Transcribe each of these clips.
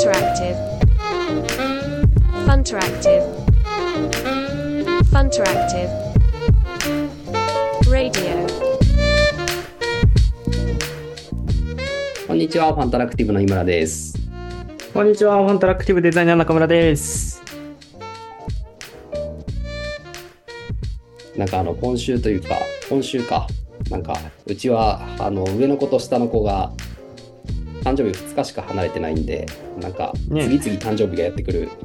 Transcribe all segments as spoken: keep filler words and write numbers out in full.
Funteractive. Funteractive. Funteractive. Radio. こんにちは、ファンタラクティブの井村です。 こんにちは、ファンタラクティブデザイナー中村です。 なんかあの今週というか今週かなんかうちはあの上の子と下の子が誕生日ふつかしか離れてないんで、なんか次々誕生日がやってくる、ね、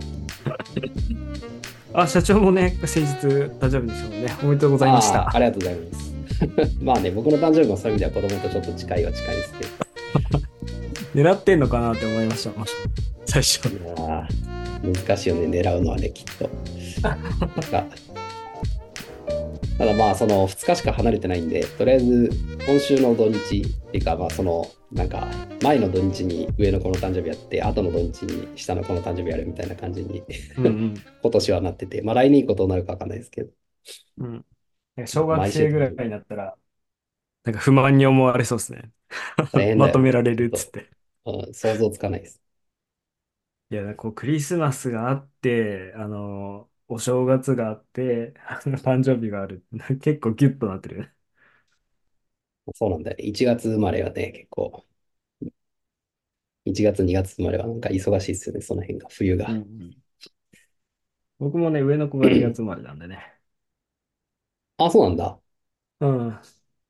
あ、社長もね先日誕生日ですもんね。おめでとうございました。 あ, ありがとうございますまあね、僕の誕生日もそういう意味では子供とちょっと近いは近いですけど狙ってんのかなって思いました最初。 いや難しいよね、狙うのはね、きっとなんかただまあそのふつかしか離れてないんで、とりあえず今週の土日っていうか、まあそのなんか前の土日に上の子の誕生日やって、後の土日に下の子の誕生日やるみたいな感じにうん、うん、今年はなってて、まあ来年以降どうなるかわかんないですけど、 うん、なんか小学生ぐらいになったらなんか不満に思われそうですねまとめられるっつって、 うん、想像つかないです。 いや、こうクリスマスがあってあのお正月があって誕生日がある結構ギュッとなってるね。 そうなんだよね。いちがつ生まれはね、結構、いちがつ、にがつ生まれはなんか忙しいですよね、その辺が、冬が。 うんうん、僕もね、上の子がにがつ生まれなんでね。 あ、そうなんだ。 うん。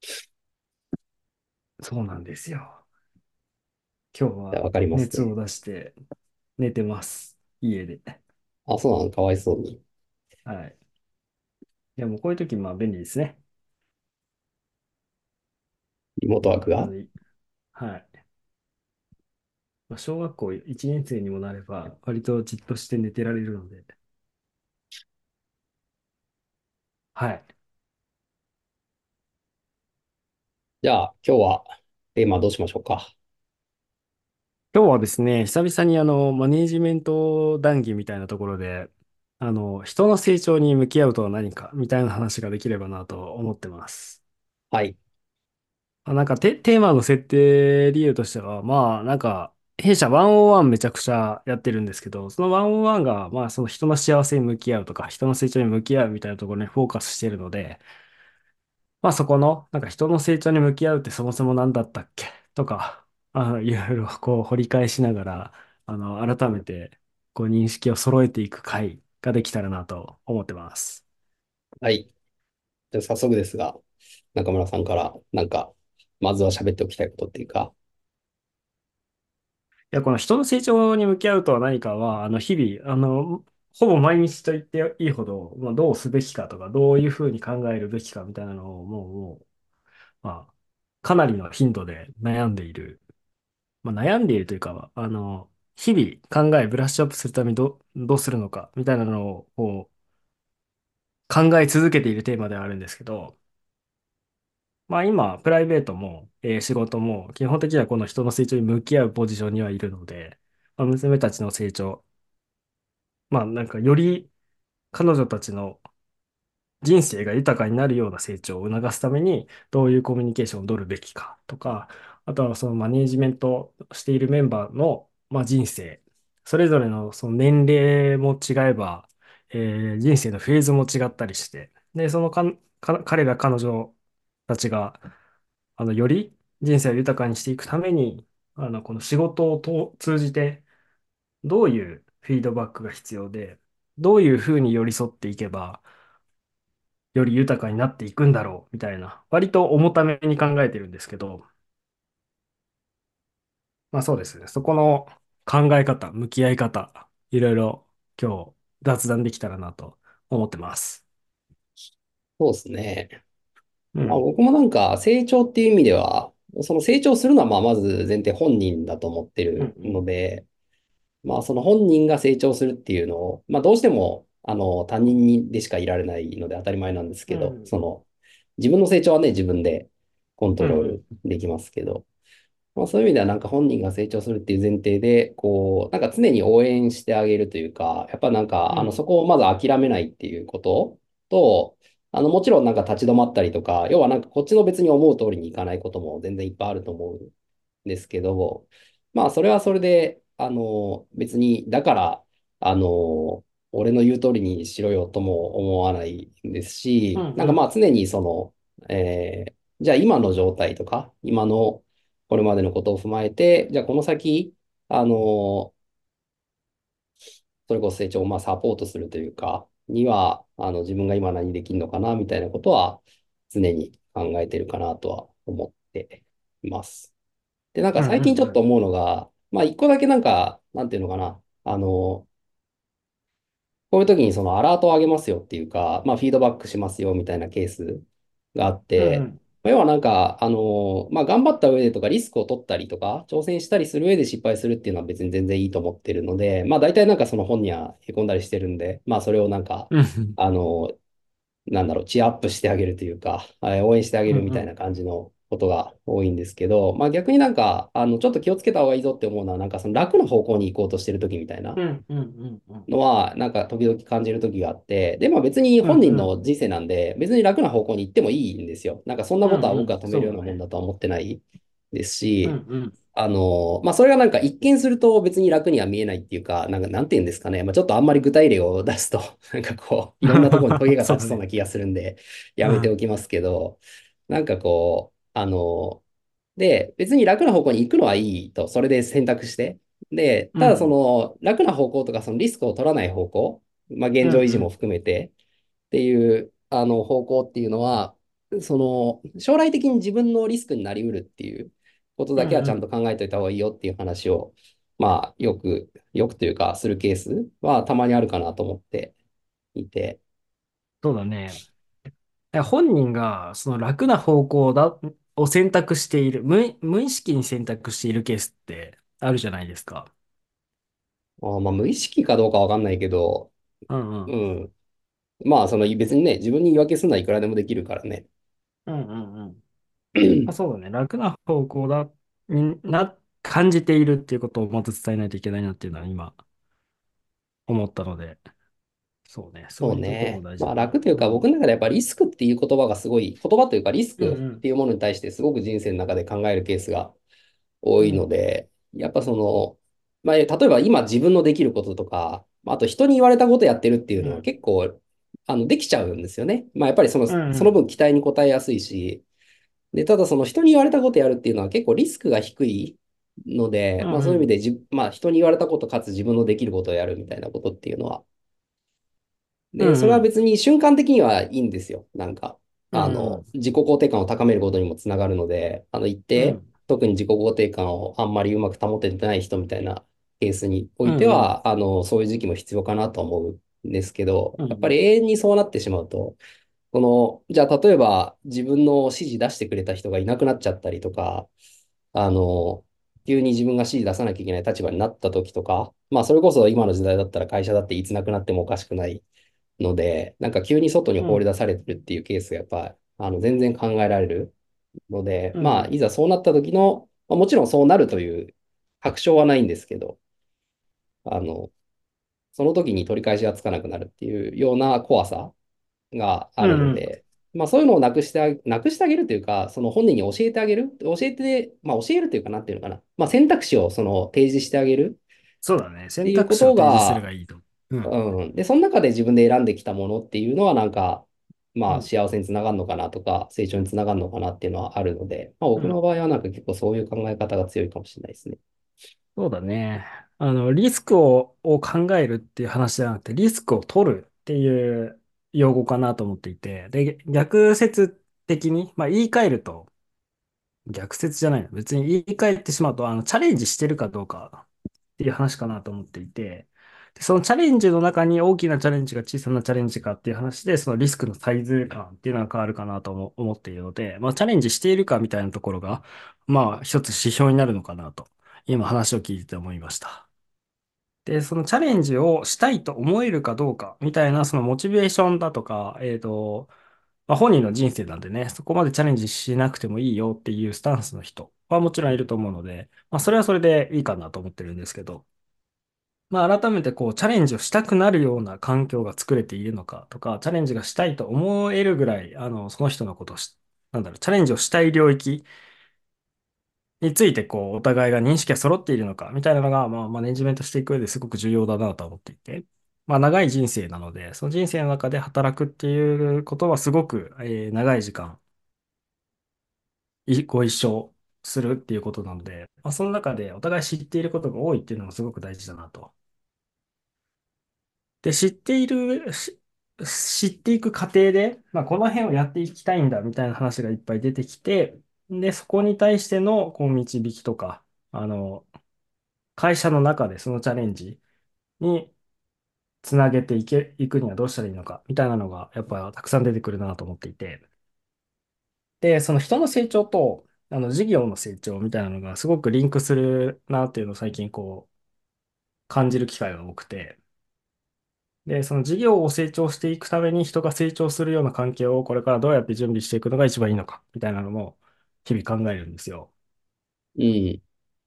そうなんですよ。今日はわかりますね。 熱を出して寝てます。家で。 あ、そうなの、かわいそうに。 はい。いや、もうこういう時、まあ便利ですね。 リモートワークが。 あの、いはい。まあ、小学校いちねん生にもなれば、割とじっとして寝てられるので。はい。 じゃあ、今日はテーマどうしましょうか。 今日はですね、久々にあの、マネージメント談義みたいなところで、あの、人の成長に向き合うとは何かみたいな話ができればなと思ってます。 はい。 あなんかテ、テーマの設定理由としては、まあ、なんか、弊社ワンオーワンめちゃくちゃやってるんですけど、そのワンオーワンが、まあ、その人の幸せに向き合うとか、人の成長に向き合うみたいなところにフォーカスしているので、まあ、そこの、なんか人の成長に向き合うってそもそも何だったっけとか、あの、いろいろこう掘り返しながら、あの、改めて、こう認識を揃えていく回ができたらなと思ってます。 はい。じゃあ、早速ですが、中村さんから、なんか、まずは喋っておきたいことっていうか、 いや、この人の成長に向き合うとは何かは、あの、日々、あの、ほぼ毎日と言っていいほど、まあ、どうすべきかとか、どういうふうに考えるべきかみたいなのを、もう、もうまあ、かなりの頻度で悩んでいる。まあ、悩んでいるというか、あの、日々考え、ブラッシュアップするためにど、どうするのか、みたいなのを、こう、考え続けているテーマではあるんですけど、まあ今、プライベートも、えー仕事も、基本的にはこの人の成長に向き合うポジションにはいるので、まあ、娘たちの成長、まあなんかより彼女たちの人生が豊かになるような成長を促すためにどういうコミュニケーションを取るべきかとか、あとはそのマネージメントしているメンバーの、まあ、人生、それぞれのその年齢も違えば、えー人生のフェーズも違ったりして、で、そのかん、か彼ら彼女たちが、あの、より人生を豊かにしていくために、あの、この仕事をと通じて、どういうフィードバックが必要で、どういうふうに寄り添っていけば、より豊かになっていくんだろうみたいな、割と重ために考えてるんですけど、まあそうですね。そこの考え方、向き合い方、いろいろ今日雑談できたらなと思ってます。 そうですね。まあ、 うん。 僕もなんか成長っていう意味では、その成長するのはまあまず前提本人だと思ってるうんうん。 ので、まあその本人が成長するっていうのを、まあどうしてもあの他人にでしかいられないので当たり前なんですけど、 うん。 その自分の成長はね、自分でコントローうん。 ルできますけど、まあそういう意味ではなんか本人が成長するっていう前提で、こう、なんか常に応援してあげるというか、やっぱなんか、あの、そうん。 こをまず諦めないっていうことと、あの、もちろんなんか立ち止まったりとか、要はなんかこっちの別に思う通りにいかないことも全然いっぱいあると思うんですけど、まあそれはそれで、 あの、別に、だから、あの、俺の言う通りにしろよとも思わないですし、なんかまうんうん。 あ常にその、えーじゃあ今の状態とか、今のこれまでのことを踏まえて、じゃあこの先、あの、それこそ成長をまあサポートするというか、には、あの、自分が今何できるのかな、みたいなことは常に考えてるかなとは思っています。で、なんかうん最近ちょっとうん思うのが、まあ一個だけなんか、なんていうのかな、あの、こういう時にそのアラートを上げますよっていうか、まあフィードバックしますよみたいなケースがあって、 うん。 まあ要はなんか、あの、まあ頑張った上でとかリスクを取ったりとか、挑戦したりする上で失敗するっていうのは別に全然いいと思ってるので、まあ大体なんかその本には凹んだりしてるんで、まあそれをなんか、 うんうんあの、なんだろう、チアアップしてあげるというか、えー応援してあげうんうんるみたいな感じのことが多いんですけど、まあ逆になんか、あの、ちょっと気をつけた方がいいぞって思うのは、なんかその楽な方向に行こうとしてる時みたいなうんうんうんのは、なんか時々感じる時があって、で、まあ別にうん本人うんの人生なんで、別に楽な方向に行ってもいいんですよ。なんかそんなうんことはうん。 僕は止めるようなもんそうだね。 だとは思ってないですうんし、 うんあの、まあそれがなんか一見すると別に楽には見えないっていうか、なんかなんて言うんですかね。まあちょっとあんまり具体例を出すと、なんかこう、いろんなところにトゲがそうだね。 立ちそうな気がするんで、やめておうん。 きますけど、なんかこう、あの、で、別に楽な方向に行くのはいいと、それで選択して。で、ただそうん。 の楽な方向とかそのリスクを取らない方向、まあうん現状維持もうん。 含めてっていうあの方向っていうのは、その将来的に自分のリスクになりうるっていうことだけはちゃんとうんうん。 考えておいた方がいいよっていう話を、まあよく、よくというかするケースはたまにあるかなと思っていて、 そうだね。本人がその楽な方向だを選択している、無、無意識に選択しているケースってあるじゃないですか。 あーまあ無意識かどうかわかんないけど、 うんうん。 うん。まあその別にね、自分に言い訳するのはいくらでもできるからね。 うんうんうん。あ、そうだね。楽な方向だ、にな、感じているっていうことをまず伝えないといけないなっていうのは今思ったので、そうね。そういうところもそうね。まあ大事だな。 楽というか、僕うん。 の中でやっぱリスクっていう言葉がすごい、言葉というかリスクっうんていうものに対してすごく人生の中で考えるケースが多いのうん。 で、やっぱその、まあ例えば今自分のできることとか、あと人に言われたことやってるっていうのはうん。 結構、あの、できちゃうんですよね。まあやっぱりその、 うんうん。 その分期待に応えやすいし、で、ただその人に言われたことやるっていうのは結構リスクが低いので、まあそういう意味うんうん。 でじ、まあ人に言われたことかつ自分のできることをやるみたいなことっていうのは、で、それはうんうん。 別に瞬間的にはいいんですよ。なんか、あの、 うんうん。 自己肯定感を高めることにもつながるので、あの、一定、 うん。 特に自己肯定感をあんまりうまく保ててない人みたいなケースにおうんうん。 いては、あの、そういう時期も必要かなと思うんですけど、やっぱりうんうん。 永遠にそうなってしまうと、この、じゃあ例えば自分の指示出してくれた人がいなくなっちゃったりとか、あの、急に自分が指示出さなきゃいけない立場になった時とか、まあそれこそ今の時代だったら会社だっていつなくなってもおかしくないので、なんか急に外に放り出されてるっていうケースがやっぱ、あの、全然考えられるので、まあ、いうんうん。 ざそうなった時の、まあ、もちろんそうなるという確証はないんですけど、あの、その時に取り返しがつかなくなるっていうような怖さがあうんうん。 るので、まあそういうのをなくしてあげ、なくしてあげるというか、その本人に教えてあげる、教えて、まあ教えるというかなんていうのかな、まあ選択肢をその提示してあげるそうだね。 って選択肢をいうこと提示するが、 がいいと。うん。 うん。で、その中で自分で選んできたものっていうのは、なんか、まあ、 うん。 幸せにつながるのかなとか、成長につながるのかなっていうのはあるので、まあ、僕のうん。 場合はなんか結構そういう考え方が強いかもしれないですね。 そうだね。あの、リスクを、を考えるっていう話じゃなくて、リスクを取るっていう用語かなと思っていて、で、逆説的に、まあ言い換えると、逆説じゃないの。別に言い換えてしまうと、あの、チャレンジしてるかどうかっていう話かなと思っていて、で、そのチャレンジの中に大きなチャレンジか小さなチャレンジかっていう話で、そのリスクのサイズ感っていうのが変わるかなと思思っているので、まあ、チャレンジしているかみたいなところが、まあ、一つ指標になるのかなと、今話を聞いてて思いました。で、そのチャレンジをしたいと思えるかどうかみたいな、そのモチベーションだとか、えっと、まあ、本人の人生なんでね、そこまでチャレンジしなくてもいいよっていうスタンスの人はもちろんいると思うので、まあ、それはそれでいいかなと思ってるんですけど、まあ、改めてこうチャレンジをしたくなるような環境が作れているのかとか、チャレンジがしたいと思えるぐらい、あの、その人のことをし、なんだろう、チャレンジをしたい領域について、こう、お互いが認識が揃っているのか、みたいなのが、まあ、マネジメントしていく上ですごく重要だなと思っていて、まあ、長い人生なので、その人生の中で働くっていうことはすごく、えー長い時間、いご一緒するっていうことなので、まあ、その中でお互い知っていることが多いっていうのがすごく大事だなと。で、知っている、し知っていく過程で、まあ、この辺をやっていきたいんだみたいな話がいっぱい出てきて、で、そこに対してのこう導きとか、あの、会社の中でそのチャレンジにつなげていけ、いくにはどうしたらいいのかみたいなのがやっぱたくさん出てくるなと思っていて、で、その人の成長とあの事業の成長みたいなのがすごくリンクするなっていうのを最近こう感じる機会が多くて、で、その事業を成長していくために人が成長するような関係をこれからどうやって準備していくのが一番いいのかみたいなのも日々考えるんですよ。 うん。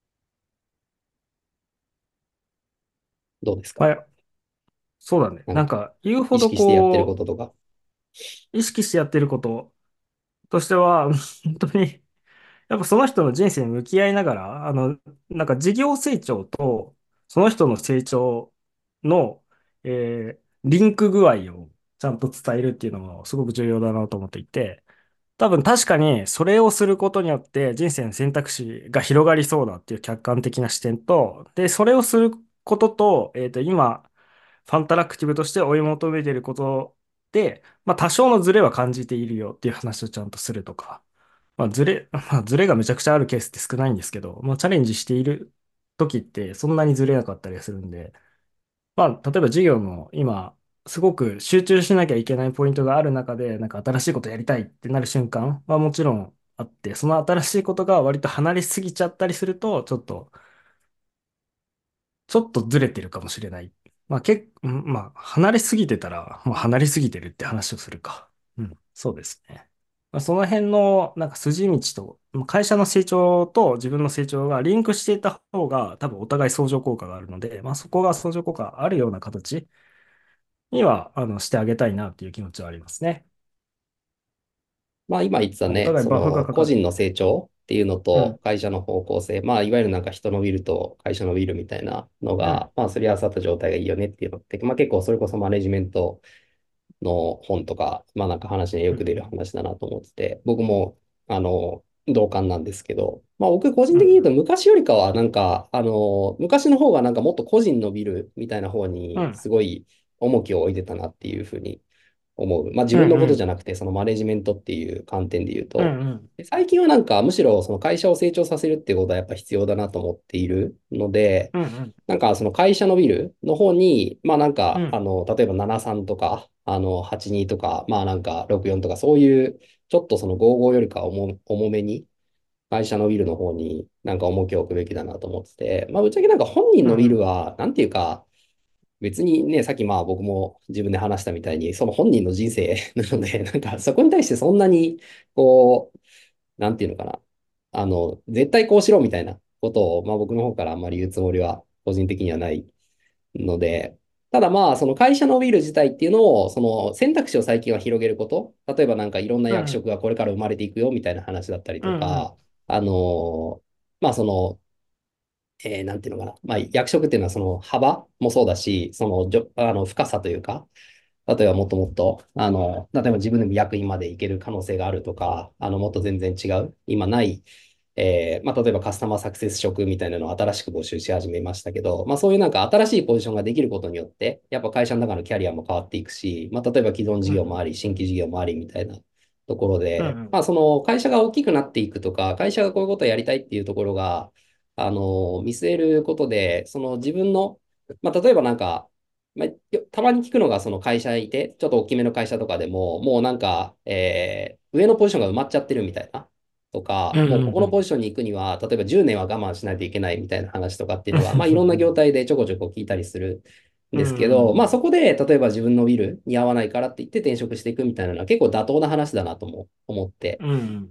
どうですか？ まあ、そうだね。 なんか、 なんか言うほ意ど識してやってるここととか。 う意識してやってることとしては、本当にやっぱその人の人生に向き合いながら、あの、なんか事業成長とその人の成長の、えーリンク具合をちゃんと伝えるっていうのもすごく重要だなと思っていて、多分確かにそれをすることによって人生の選択肢が広がりそうだっていう客観的な視点と、で、それをすることと、えっと、今、ファンタラクティブとして追い求めていることで、まあ多少のズレは感じているよっていう話をちゃんとするとか、まあ、ズレ、まあ、ズレがめちゃくちゃあるケースって少ないんですけど、まあ、チャレンジしている時ってそんなにズレなかったりするんで、まあ、例えば授業の今、すごく集中しなきゃいけないポイントがある中で、なんか新しいことやりたいってなる瞬間はもちろんあって、その新しいことが割と離れすぎちゃったりすると、ちょっとちょっとずれてるかもしれない。まあ、け、うんまあ、離れすぎてたら、まあ、離れすぎてるって話をするか。うん、そうですね。まあ、その辺の、なんか筋道と、まあ会社の成長と自分の成長がリンクしていた方が、多分お互い相乗効果があるので、まあ、そこが相乗効果あるような形には、あの、してあげたいなっていう気持ちはありますね。 まあ今言ってたね、 お互いバフがそのかかる。 個人の成長っていうのうん、 と会社の方向性、まあいわゆるなんか人のウィルと会社のウィルみたいなのうん、 が、まあすり合わさった状態がいいよねっていうのって、まあ結構それこそマネジメントの本とか、まあなんか話によく出るうん、 話だなと思ってて、僕もあの同感なんですけど、まあ僕個人うん、 的に言うと昔よりかはなんか、あの、昔の方がなんかもっと個人のビルみたいな方にうん、 すごい重きを置いてたなっていうふうに思う。まあ自うん、 分のことじうん、 ゃなくて、そのマネジメントっていう観点で言ううん、 と、 うん、 で最近はなんかむしろその会社を成長させるっていうことはやっぱ必要だなと思っているので、 うん、うん、 なんかその会社のビルの方に、まあなんか、あうん、 の、例えばななさんとか、あの、はちにとか、まあなんかろくよんとか、そういう、ちょっとそのごじゅうごよりか重重めに、会社のビルの方になんか重きを置くべきだなと思ってて、まあぶっちゃけなんか本人のビルうん、 は、なんていうか、別にね、さっきまあ僕も自分で話したみたいに、その本人の人生なので、なんかそこに対してそんなに、こう、なんていうのかな。あの、絶対こうしろみたいなことを、まあ僕の方からあんまり言うつもりは個人的にはないので、ただまあ、その会社のビル自体っていうのを、その選択肢を最近は広げること、例えばなんかいろんな役うん、 職がこれから生まれていくよみたいな話だったりうん、うん、 とか、あの、まあその、えーなんていうのかな。まあ役職っていうのはその幅もそうだし、そのじょ、あの深さというか、例えばもっともっと、あの、例えば自分でも役員までいける可能性があるとか、あの、もっと全然違う、今ない、えーまあ、例えばカスタマーサクセス職みたいなのを新しく募集し始めましたけど、まあ、そういうなんか新しいポジションができることによって、やっぱ会社の中のキャリアも変わっていくし、まあ、例えば既存事うん、 業もあり、新規事業もありみたいなところで、 うん、 まあ、その会社が大きくなっていくとか、会社がこういうことをやりたいっていうところが、あの、見据えることで、その自分の、まあ、例えばなんか、まあ、よたまに聞くのが、その会社いて、ちょっと大きめの会社とかでも、もうなんか、えー上のポジションが埋まっちゃってるみたいな、とか、 うん、 もうここうん、 のポジションに行くには、例えばじゅうねんは我慢しないといけないみたいな話とかっていううのが、まあいろんな業ん、 態でちょこちょこ聞いたりするんうですけど、まあん、 そこで、例えば自分のビルに合わないからって言って転職していくみたいなのは結構妥当な話だなとも思ってうん、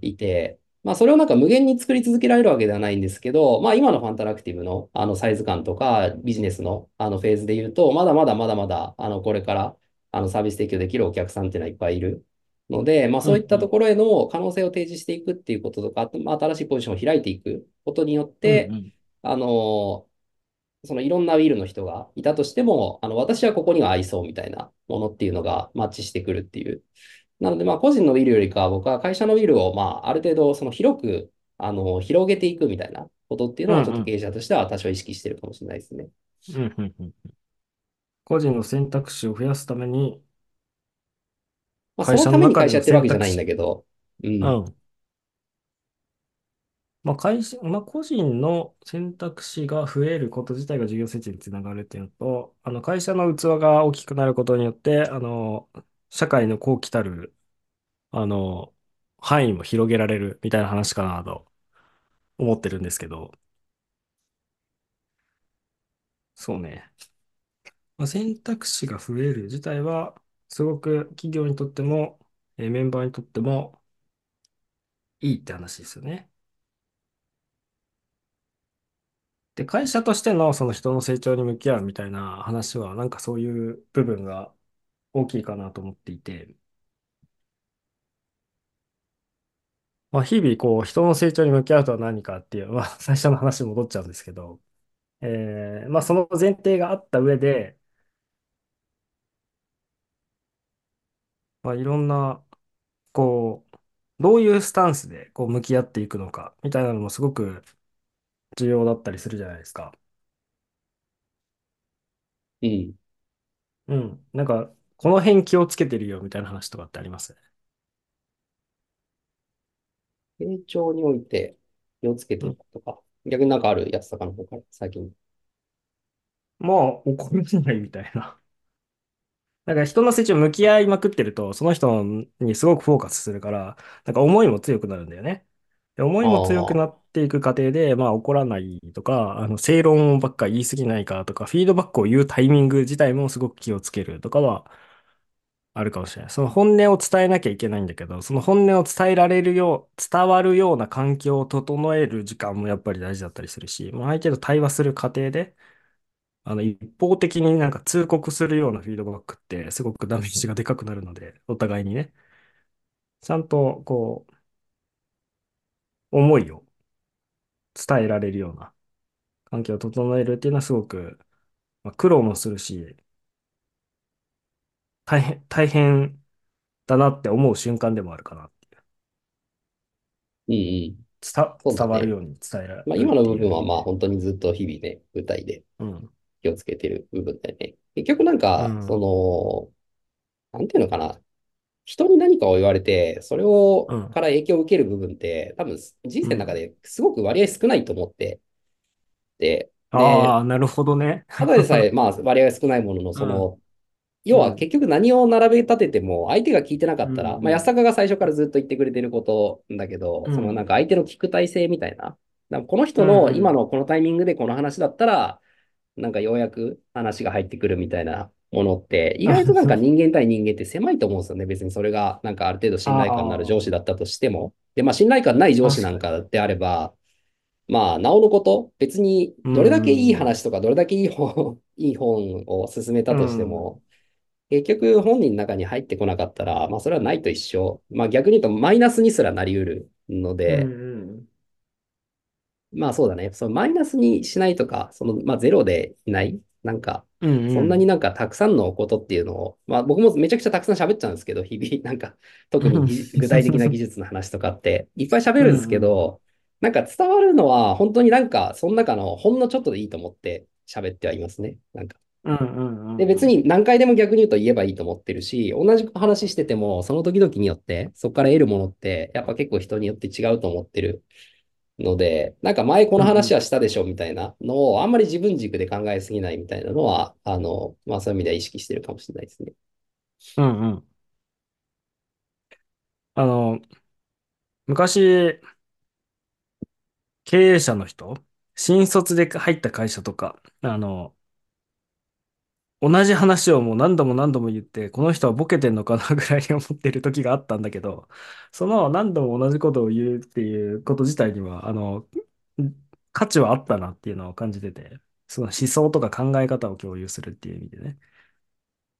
いて、まあそれをなんか無限に作り続けられるわけではないんですけど、まあ今のファンタラクティブのあのサイズ感とかビジネスのあのフェーズで言うと、まだまだまだまだあのこれからあのサービス提供できるお客さんっていうのはいっぱいいるので、まあそういっうんうん。 たところへの可能性を提示していくっていうこととか、あとまあ、新しいポジションを開いていくことによって、 うんうん。 あの、そのいろんなウィルの人がいたとしても、あの、私はここには合いそうみたいなものっていうのがマッチしてくるっていう。なので、まあ、個人のウィルよりかは、僕は会社のウィルを、まあ、ある程度、その広く、あの、広げていくみたいなことっていうのは、ちょっと経うんうん。 営者としては多少意識してるかもしれないですね。 うんうんうん。個人の選択肢を増やすために、 まあ、その会社のために会社や中でのってるわけじゃないんだ選択肢。 けど、うん。 うん。まあ、会社、まあ、個人の選択肢が増えること自体が事業成長につながるっていうのと、あの、会社の器が大きくなることによって、あの、社会のこう来たる、あの、範囲も広げられるみたいな話かなと思ってるんですけど、そうね。まあ、選択肢が増える自体は、すごく企業にとっても、えーメンバーにとってもいいって話ですよね。で、会社としてのその人の成長に向き合うみたいな話は、なんかそういう部分が大きいかなと思っていて、まあ、日々こう人の成長に向き合うとは何かっていう、まあ、最初の話に戻っちゃうんですけど、えーまあ、その前提があった上で、まあ、いろんな、こう、どういうスタンスでこう向き合っていくのかみたいなのもすごく重要だったりするじゃないですか。 うん。 うん。なんか、この辺気をつけてるよみたいな話とかってあります？ 成長において気をつけてうん。 ることか。逆になんかあるやつとかの方から、最近。 まあ、怒らないみたいな。なんか人の成長向き合いまくってると、その人にすごくフォーカスするから、なんか思いも強くなるんだよね。で、思いあも強くなあ、 っていく過程で、まあ怒らないとか、あの正論ばっか言い過ぎないかとか、フィードバックを言うタイミング自体もすごく気をつけるとかはあるかもしれない。その本音を伝えなきゃいけないんだけど、その本音を伝えられるよう、伝わるような環境を整える時間もやっぱり大事だったりするし、まあ相手と対話する過程で、あの、一方的になんか通告するようなフィードバックってすごくダメージがでかくなるので、お互いにね、ちゃんとこう、思いを伝えられるような環境を整えるっていうのはすごく、まあ、苦労もするし、大変、大変だなって思う瞬間でもあるかなっていう。 うんうん。 伝、 そうだね。 伝わるように伝えらまあ、 れるって今の部分はいう意味で。 まあ本当にずっと日々ね、舞台でうん。 気をつけてる部分だよね。結局なんか、そうん。 の、なんていうのかな。人に何かを言われて、それを、 うん。 から影響を受ける部分って、多分人うん。 生の中ですごく割合少ないと思ってて、で、 ああ、なるほどね。 ただでさえ、まあ、割合が少ないものの、 うん。 その、要うん。 は結局何を並べ立てても、相手が聞いてなかうん。 ったら、まあ、安うん。 坂が最初からずっと言ってくれてることだけど、そのなんうん。 か相手の聞く体制みたいな、なんかこのう人の今ん。 のこのタイミングでこの話だったら、なんかようやく話が入ってくるみたいなものって、意外となんか人間対人間って狭いと思うんですよね。別にそれがなんかある程度信頼感のある上あ司だったとしても。で、まあ信頼感ない上あ、 司な確かに。 んかであれば、まあ、なおのこと、別にうどれだけいいん。 話とか、どれだけいい本、いい本を進めたうとしてん。 も、結局本人の中に入ってこなかったら、まあそれはないと一緒。まあ逆に言うとマイナスにすらなり得るのうで、 ん。 まあそうだね。そのマイナスにしないとか、そのまあゼロでいない、なんか、 うん。うん。 そんなになんかたくさんのことっていうのを、まあ僕もめちゃくちゃたくさん喋っちゃうんですけど、日々、なんか特にぎ具体的な技術の話とかっていっぱい喋うん。 るんですけうん。 ど、なんか伝わるのは本当になんかその中のほんのちょっとでいいと思って喋ってはいますね。なんかうん。うん。 で、別うん。 に何回でも逆に言うと言えばいいと思ってるし、同じ話してても、その時々によって、そこから得るものって、やっぱ結構人によって違うと思ってるので、なんか前この話はしたでしょみたいなのを、あんまり自分軸で考えすぎないみたいなのは、あの、まあそういう意味では意識してるかもしれないですね。 うん。うん。あの、昔、経営者の人、新卒で入った会社とか、あの、同じ話をもう何度も何度も言って、この人はボケてんのかなぐらいに思ってる時があったんだけど、その何度も同じことを言うっていうこと自体には、あの、価値はあったなっていうのを感じてて、その思想とか考え方を共有するっていう意味でね。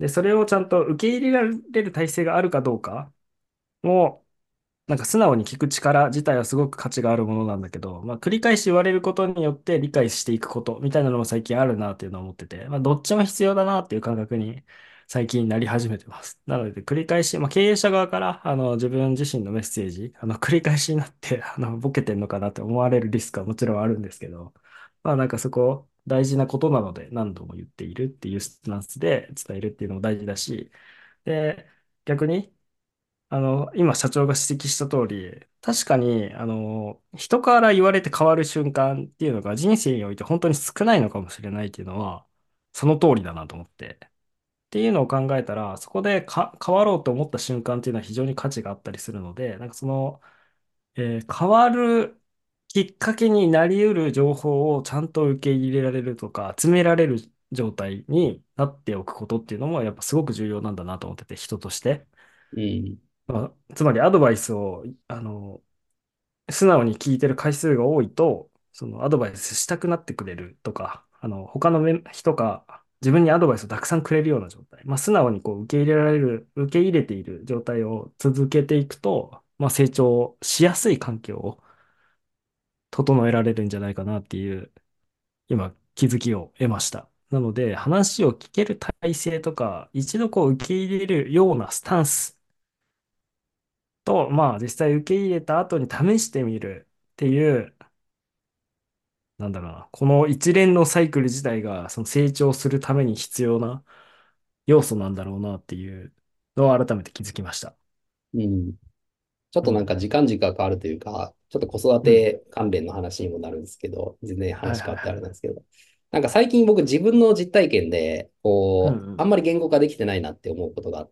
で、それをちゃんと受け入れられる体制があるかどうかを、なんか素直に聞く力自体はすごく価値があるものなんだけど、まあ繰り返し言われることによって理解していくことみたいなのも最近あるなっていうのを思ってて、まあどっちも必要だなっていう感覚に最近なり始めてます。なので繰り返し、まあ経営者側からあの自分自身のメッセージ、あの繰り返しになってあのボケてんのかなって思われるリスクはもちろんあるんですけど、まあなんかそこ大事なことなので何度も言っているっていうスタンスで伝えるっていうのも大事だし、で、逆にあの、今社長が指摘した通り、確かに、あの、人から言われて変わる瞬間っていうのが人生において本当に少ないのかもしれないっていうのは、その通りだなと思って。っていうのを考えたら、そこでか変わろうと思った瞬間っていうのは非常に価値があったりするので、なんかその、えー変わるきっかけになり得る情報をちゃんと受け入れられるとか、集められる状態になっておくことっていうのもやっぱすごく重要なんだなと思ってて、人として。 うん。 まあ、つまりアドバイスを、あの、素直に聞いてる回数が多いと、そのアドバイスしたくなってくれるとか、あの、他のめ人が自分にアドバイスをたくさんくれるような状態、まあ、素直にこう受け入れられる、受け入れている状態を続けていくと、まあ、成長しやすい環境を整えられるんじゃないかなっていう、今、気づきを得ました。なので、話を聞ける体制とか、一度こう受け入れるようなスタンスと、まあ実際受け入れた後に試してみるっていう、なんだろうな、この一連のサイクル自体がその成長するために必要な要素なんだろうなっていうのを改めて気づきました。 うん。ちょっとなんうん。 か時間軸が変わるというか、ちょっと子育うん。 て関連の話にもなるんですけど、全然はい話変わってあはいはい。 れなんですけど、なんか最近僕自分の実体験で、こう、 うんうん。 あんまり言語化できてないなって思うことがあって、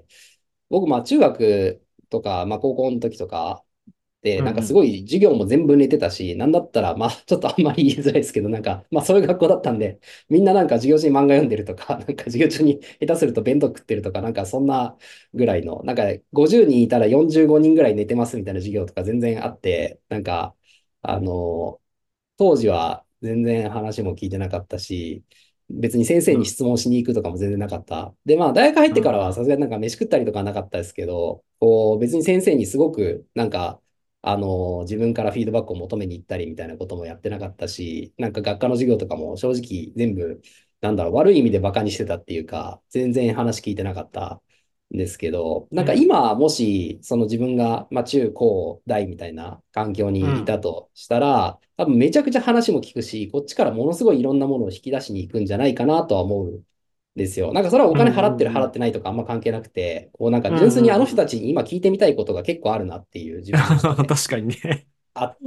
僕、まあ中学とか、まあ高校の時とか、で、 うんうん。 なんかすごい授業も全部寝てたし、なんだったら、まあちょっとあんまり言いづらいですけど、なんか、まあそういう学校だったんで、みんななんか授業中に漫画読んでるとか、なんか授業中に下手すると弁当食ってるとか、なんかそんなぐらいの、なんかごじゅうにんいたらよんじゅうごにんぐらい寝てますみたいな授業とか全然あって、なんか、あの、当時は全然話も聞いてなかったし、別に先生うん。 に質問しに行くとかも全然なかった。で、まあ、大学入ってからはうんうん。 さすがになんか飯食ったりとかはなかったですけど、こう、別に先生にすごく、なんか、あの、自分からフィードバックを求めに行ったりみたいなこともやってなかったし、なんか学科の授業とかも正直全部、なんだろう、悪い意味でバカにしてたっていうか、全然話聞いてなかったんですけど、なんかうん。 今、もし、その自分が、まあ、中高大みたいな環境にいうん。 たとしたら、多分めちゃくちゃ話も聞くし、こっちからものすごいいろんなものを引き出しに行くんじゃないかなとは思うんですよ。なんかそれはおうん金払ってるうん。 払ってないとかあんま関係なくて、こうなんかうん純粋にあのうんうん。 人たちに今聞いてみたいことが結構あるなっていう自分の中で。 確かにね。 あって、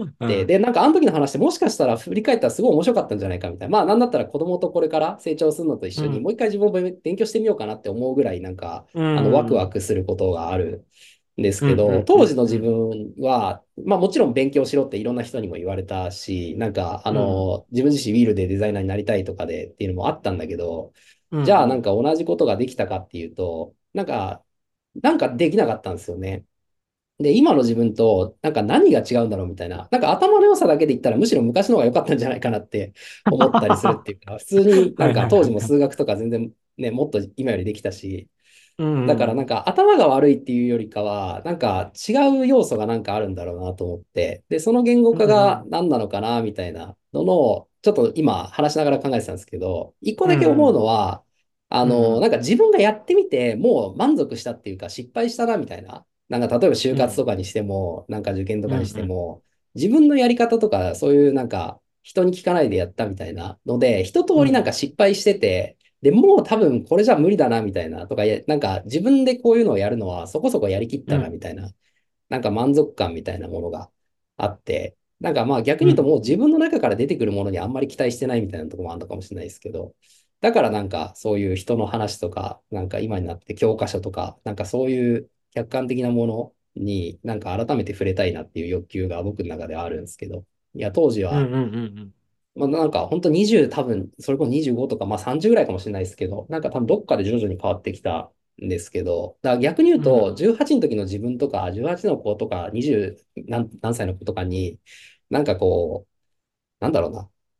うん。 で、なんかあの時の話ってもしかしたら振り返ったらすごい面白かったんじゃないかみたいな。まあなんだったら子供とこれから成長するのと一緒にもうん。 う一回自分も勉強してみようかなって思うぐらいなんか、 うあのワクん。うんワクすることがあるんですうんけど、 うん。 当時の自うん。 分は、まあもちろん勉強しろっていろんな人にも言われたし、なんかあうん。 の、自分自身ウィールでデザイナーになりたいとかでっていうのもあったんだけど、じゃあなんうん。 か同じことができたかっていうと、なんか、なんかできなかったんですよね。で、今の自分と、なんか何が違うんだろうみたいな。なんか頭の良さだけで言ったら、むしろ昔の方が良かったんじゃないかなって思ったりするっていうか、普通になんはいはか当時もいはいはい。 数学とか全然ね、もっと今よりできたし、 うだからなんん。 か頭が悪いっていうよりかは、なんか違う要素がなんかあるんだろうなと思って、で、その言語う化がん。 何なのかなみたいなのの、ちょっと今話しながら考えてたんですけど、一個うだけ思うのん。 は、あの、 うん。 なんか自分がやってみて、もう満足したっていうか失敗したなみたいな。なんか例えば就うん。 活とかにしても、なんか受験とかにしてうん。 も、自分のやり方とか、そういうなんか人に聞かないでやったみたいなので、一通りなんかうん。 失敗してて、で、もう多分これじゃ無理だなみたいなとか、いやなんか自分でこういうのをやるのはそこそこやりきったなうん。 みたいな、なんか満足感みたいなものがあって、なんかまあ逆に言うとうん。 もう自分の中から出てくるものにあんまり期待してないみたいなところもあるのかもしれないですけど、だからなんかそういう人の話とか、なんか今になって教科書とか、なんかそういう客観的なものになんか改めて触れたいなっていう欲求が僕の中ではあるんですけど、いや当時はうん。うん。うん。 まあ、なんか本当にじゅう多分、それこそにじゅうごとか、まあさんじゅうぐらいかもしれないですけど、なんか多分どっかで徐々に変わってきたんですけど、だから逆に言うと、 うん。 じゅうはちの時の自分とか、じゅうはちの子とか、にじゅう何、何歳の子とかに、なんかこう、なんだろうな。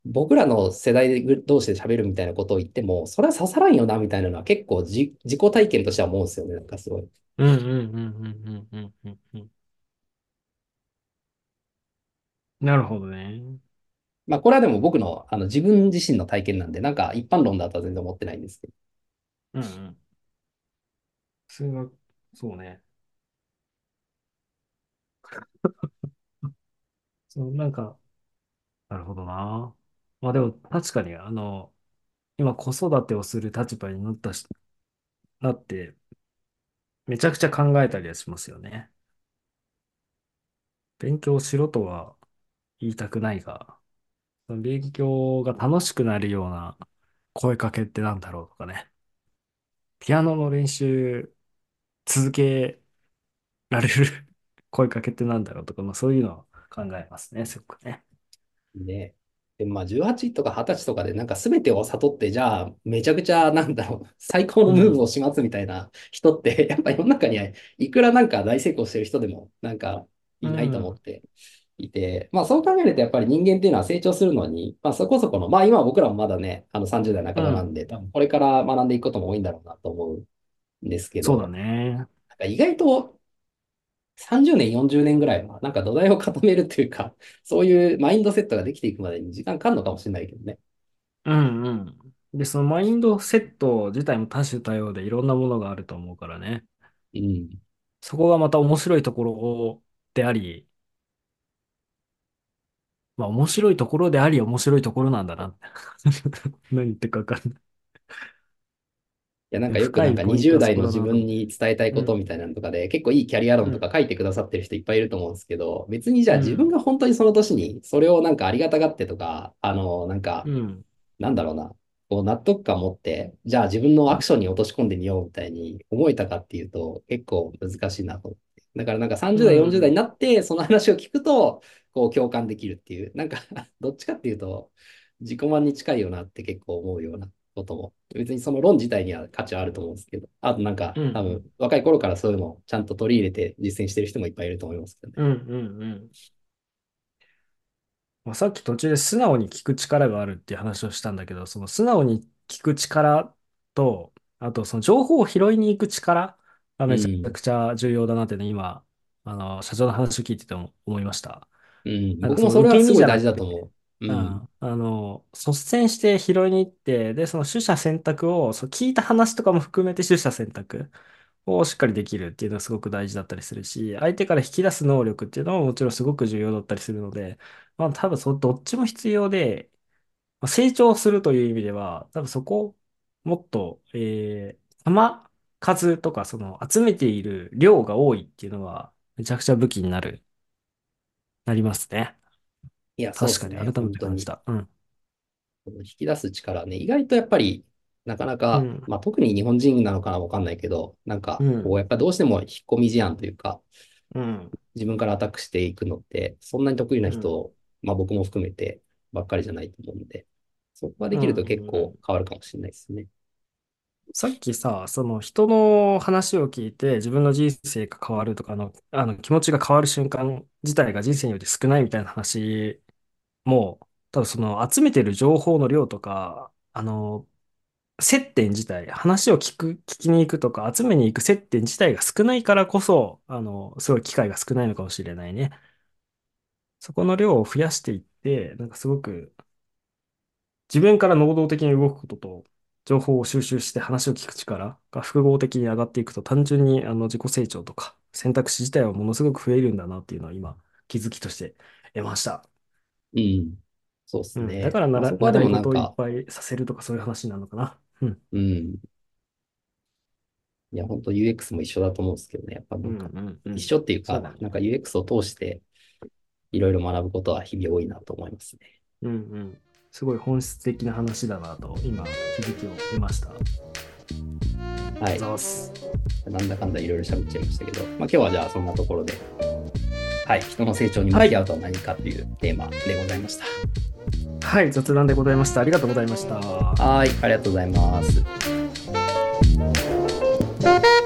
僕らの世代同士で喋るみたいなことを言っても、それは刺さらんよな、みたいなのは結構じ自己体験としては思うんですよね。なんかすごい。 うんうんうんうんうんうんうんうん。なるほどね。 まあ、これはでも僕の、あの自分自身の体験なんで、なんか一般論だとは全然思ってないんですけど。 うんうん。数学、そうね。そう、なんか、なるほどな。まあでも確かに、あの、今子育てをする立場になったし、なって、めちゃくちゃ考えたりはしますよね。勉強しろとは言いたくないが、その勉強が楽しくなるような声かけってなんだろうとかね。ピアノの練習続けられる声かけってなんだろうとか、まあそういうのを考えますね、すごくね。 ね。で、まあ、じゅうはちとかはたちとかで、なんか全てを悟って、じゃあ、めちゃくちゃ、なんだろう、最高のムーブをうん。 しますみたいな人って、やっぱ世の中にはいくらなんか大成功してる人でも、なんかういないと思っん。 ていて、まあそう考えると、やっぱり人間っていうのは成長するのに、まあそこそこの、まあ今僕らもまだね、あのさんじゅう代半うん。 ばなんで、多分これから学んでいくことも多いんだろうなと思うんですけそうだど、 ね。 なんか意外とさんじゅうねん、よんじゅうねんぐらいは、なんか土台を固めるというか、そういうマインドセットができていくまでに時間かかるのかもしれないけどね。 うんうん。で、そのマインドセット自体も多種多様でいろんなものがあると思うからね。 うん。 そこがまた面白いところであり、まあ面白いところであり面白いところなんだなって。何言ってるかわかんない。 いや、なんで、 かよく深なんか20 いポイントはそ代の自こだなと思って。 分に伝えたいことみうん。 たいなのとかで、結構いいキャリア論うん。 とか書いてくださってる人いっぱいいると思うんですけど、別にじゃあ自分うん。 が本当にその年にそれをなんかありがたがってとか、あの、なんか、 うん。 なんだろうな、こう納得感持って、じゃあ自分のアクションに落とし込んでみようみたいに思えたかっていうと、結構難しいなと思って。だからなんかうさんじゅう代、よんじゅう代にん。 なって、その話を聞くと、こう共感できるっていう、なんかどっちかっていうと、自己満に近いよなって結構思うようなことも、別にその論自体には価値はあると思うんですけど、あとなんかうん。う多分ん。 若い頃からそういうのをちゃんと取り入れて実践してる人もいっぱいいると思いますけどね。 うん。うん。うん。まあ、さっき途中で素直に聞く力があるっていう話をしたんだけど、その素直に聞く力と、あとその情報を拾いに行く力がめちゃうん。 くちゃ重要だなってね、今、あの、社長の話を聞いてても思いました。 うん。 なんか僕もそれその受け身はすごい大じゃなくて、 事だと思う。ううん、 ん。 あの、率先して拾いに行って、で、その取捨選択を、そう聞いた話とかも含めて取捨選択をしっかりできるっていうのはすごく大事だったりするし、相手から引き出す能力っていうのももちろんすごく重要だったりするので、まあ多分そ、どっちも必要で、まあ成長するという意味では、多分そこ、もっと、えー、玉数とかその集めている量が多いっていうのは、めちゃくちゃ武器になる、なりますね。 いや、そうで確かに改すね。 め本当に。 て感じた。うん。 この引き出す力ね、意外とやっぱり、なかなか、 うん。 まあ特に日本人なのかなわかんないけど、なんか、こう、 うん。 やっぱどうしても引っ込み思案というか、 うん。 自分からアタックしていくのって、そんなに得意なうん。 人、まあ僕も含めてばっかりじゃないと思うんで、そこがでうん。 きると結うん。 構変わるかもしれないですね。 さっきさ、その人の話を聞いて自分の人生が変わるとかの、あの気持ちが変わる瞬間自体が人生により少ないみたいな話も、多分その集めてる情報の量とか、あの、接点自体、話を聞く、聞きに行くとか、集めに行く接点自体が少ないからこそ、あの、すごい機会が少ないのかもしれないね。そこの量を増やしていって、なんかすごく自分から能動的に動くことと、情報を収集して話を聞く力が複合的に上がっていくと、単純にあの自己成長とか選択肢自体はものすごく増えるんだなっていうのは今、気づきとして得ました。 うん。そうですうん。だかね。まあらなら、 そこはでも習い事をいっなんか、 ぱいさせるとかそういう話なのかな。うん。 うん。いや、本当 ユーエックス も一緒だと思うんですけどね。やっぱなうんんか、 うんうん。 一緒っていうか、なんかそうだね。 ユーエックス を通していろいろ学ぶことは日々多いなと思いますね。 うんうん。すごい本質的な話だなと、今、気づきを得ました。 はい。 ざます。 なんだかんだいろいろ喋っちゃいましたけど、まあ今日はじゃあそんなところで、はい、人の成長に向はい。 き合うとは何かっていうテーマでございました。 はい、雑談でございました。ありがとうございました。 はい、ありがとうございます。